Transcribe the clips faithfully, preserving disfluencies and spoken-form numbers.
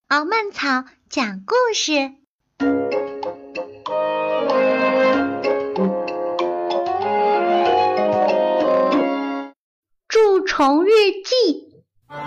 敖曼草讲故事。蛀虫日记。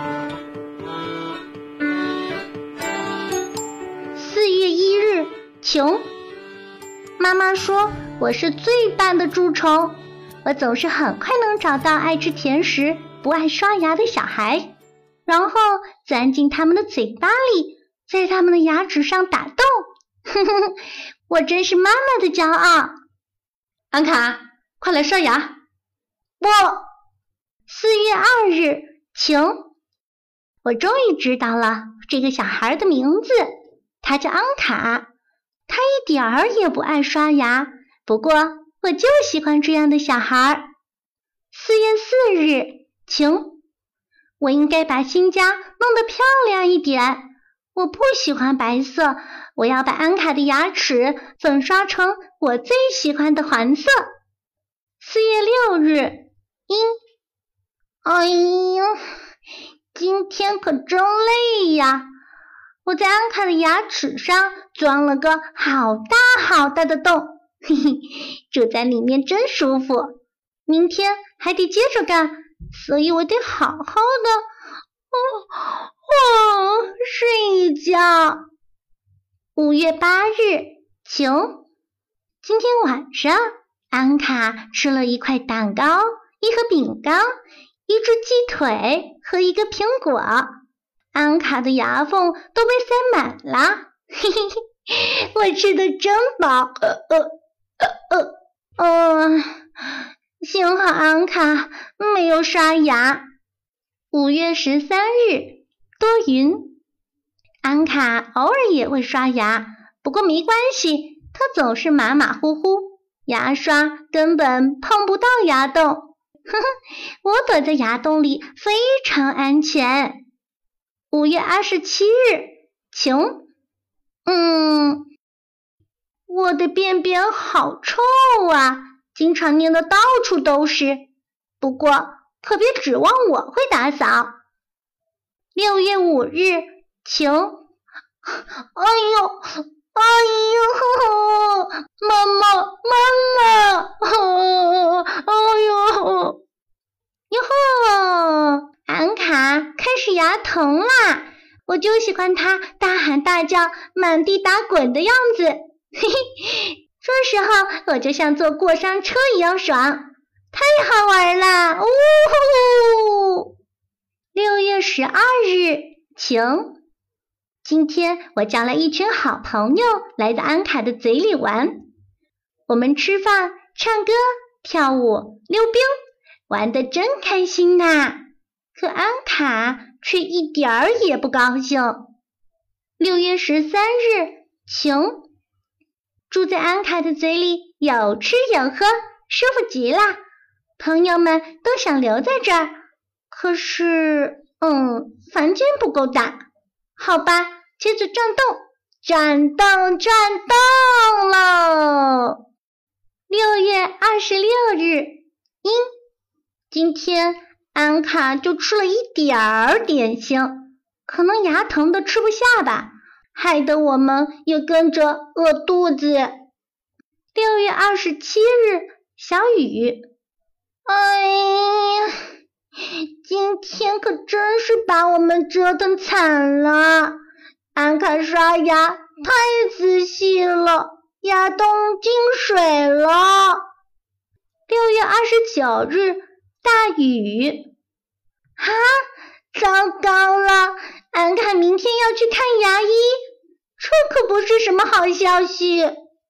四月一日，晴。妈妈说我是最棒的蛀虫，我总是很快能找到爱吃甜食、不爱刷牙的小孩，然后钻进他们的嘴巴里，在他们的牙齿上打洞。呵呵呵，我真是妈妈的骄傲。 安卡，快来刷牙。 不。四月二日，晴。我终于知道了这个小孩的名字，他叫安卡。他一点儿也不爱刷牙，不过我就喜欢这样的小孩。四月四日，晴。我应该把新家弄得漂亮一点。我不喜欢白色，我要把安卡的牙齿粉刷成我最喜欢的黄色。四月六日，阴。哎呀，今天可真累呀！我在安卡的牙齿上钻了个好大好大的洞，嘿嘿，住在里面真舒服。明天还得接着干，所以我得好好的，哦哦，睡一觉。五月八日，晴。今天晚上，安卡吃了一块蛋糕，一盒饼干，一只鸡腿和一个苹果。安卡的牙缝都被塞满了，嘿嘿嘿，我吃得真饱。呃呃呃呃，呃，幸好安卡没有刷牙。五月十三日，多云。安卡偶尔也会刷牙，不过没关系，他总是马马虎虎，牙刷根本碰不到牙洞。呵呵，我躲在牙洞里非常安全。五月二十七日，晴。嗯，我的便便好臭啊，经常粘得到处都是。不过可别指望我会打扫。六月五日，晴。哎呦，哎呦，妈妈，妈妈，哎呦，哟吼！安卡开始牙疼啦，我就喜欢他大喊大叫、满地打滚的样子。嘿嘿，这时候我就像坐过山车一样爽，太好玩了！呜呼！六月十二日，晴。今天我叫来一群好朋友来到安卡的嘴里玩，我们吃饭、唱歌、跳舞、溜冰，玩得真开心呐！可安卡却一点儿也不高兴。六月十三日，晴。住在安卡的嘴里，有吃有喝，舒服极了。朋友们都想留在这儿，可是，嗯，房间不够大。好吧，接着转动，转动，转动喽！六月二十六日，阴。今天安卡就吃了一点儿点心，可能牙疼的吃不下吧，害得我们也跟着饿肚子。六月二十七日，小雨。哎呀，今天可真是把我们折腾惨了。安卡刷牙太仔细了，牙洞进水了。六月二十九日，大雨。哈，糟糕了，安卡明天要去看牙医，这可不是什么好消息。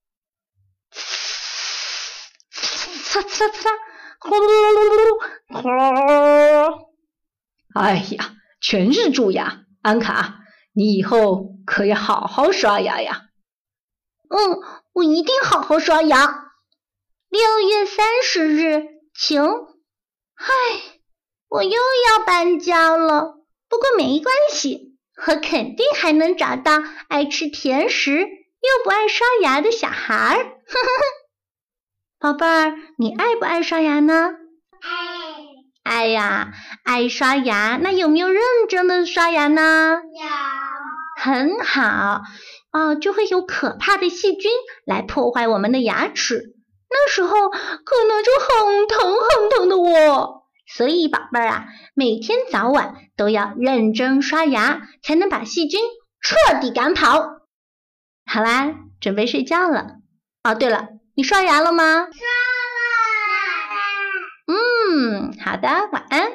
呲呲呲，呼噜噜噜， 哎呀，全是蛀牙！安卡，你以后可要好好刷牙呀。 嗯，我一定好好刷牙。六月三十日，晴。唉，我又要搬家了，不过没关系，我肯定还能找到爱吃甜食又不爱刷牙的小孩儿。呵呵呵，宝贝儿，你爱不爱刷牙呢？爱。爱呀，爱刷牙，那有没有认真的刷牙呢？有。 很好，哦，就会有可怕的细菌来破坏我们的牙齿，那时候可能就很疼很疼的哦。所以宝贝儿啊，每天早晚都要认真刷牙，才能把细菌彻底赶跑。好啦，准备睡觉了。哦，对了，你刷牙了吗？ 刷了。 嗯，好的，晚安。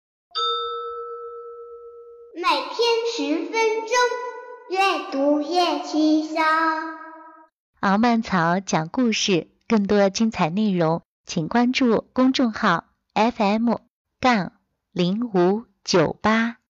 每天十分钟，越读越轻松。 敖曼草讲故事，更多精彩内容，请关注公众号 F M 杠零五九八。